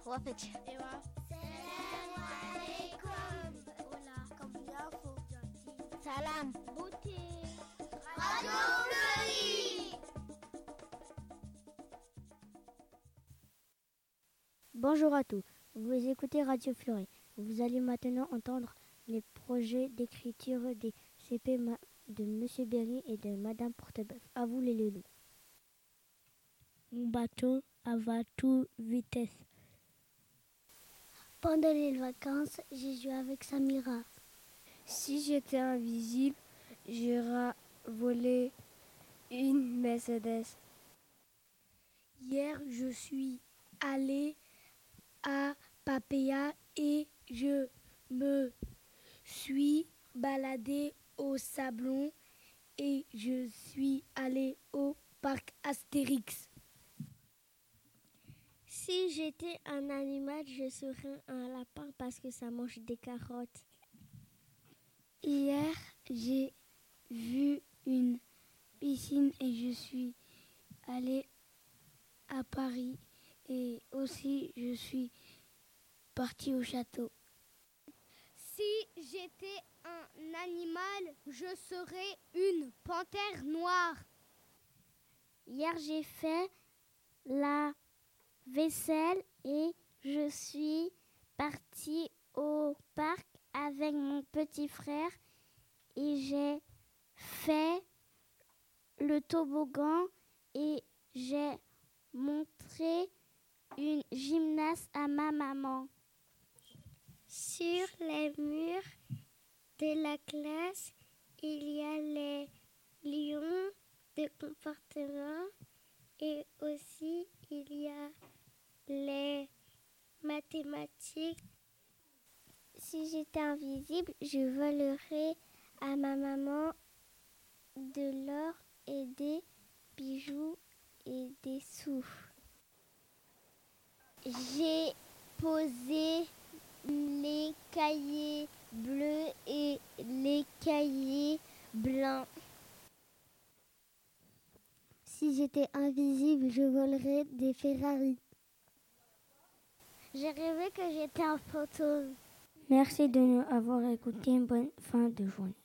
وافج ايوه السلام عليكم. ولا كم يافو سلام بوتي Radio Fleury. Bonjour à tous, vous écoutez Radio Fleury. Vous allez maintenant entendre les projets d'écriture des CP de Monsieur Berry et de Madame Portebeuf. À vous les loulous. Mon bateau va toute vitesse. Pendant les vacances, j'ai joué avec Samira. Si j'étais invisible, j'aurais volé une Mercedes. Hier, je suis allée à Papaya et je me suis baladée au Sablon et je suis allée au parc Astérix. Si j'étais un animal, je serais un lapin parce que ça mange des carottes. Hier, j'ai vu une piscine et je suis allée à Paris et aussi je suis partie au château. Si j'étais un animal, je serais une panthère noire. Hier, j'ai fait la vaisselle et je suis partie au parc avec mon petit frère et j'ai fait le toboggan et j'ai montré une gymnaste à ma maman. Sur les murs de la classe, il y a les lions de comportement et aussi il y a les mathématiques. Si j'étais invisible, je volerais à ma maman de l'or et des bijoux et des sous. J'ai posé les cahiers bleus et les cahiers blancs. Si j'étais invisible, je volerais des Ferrari. J'ai rêvé que j'étais un fantôme. Merci de nous avoir écoutés. Bonne fin de journée.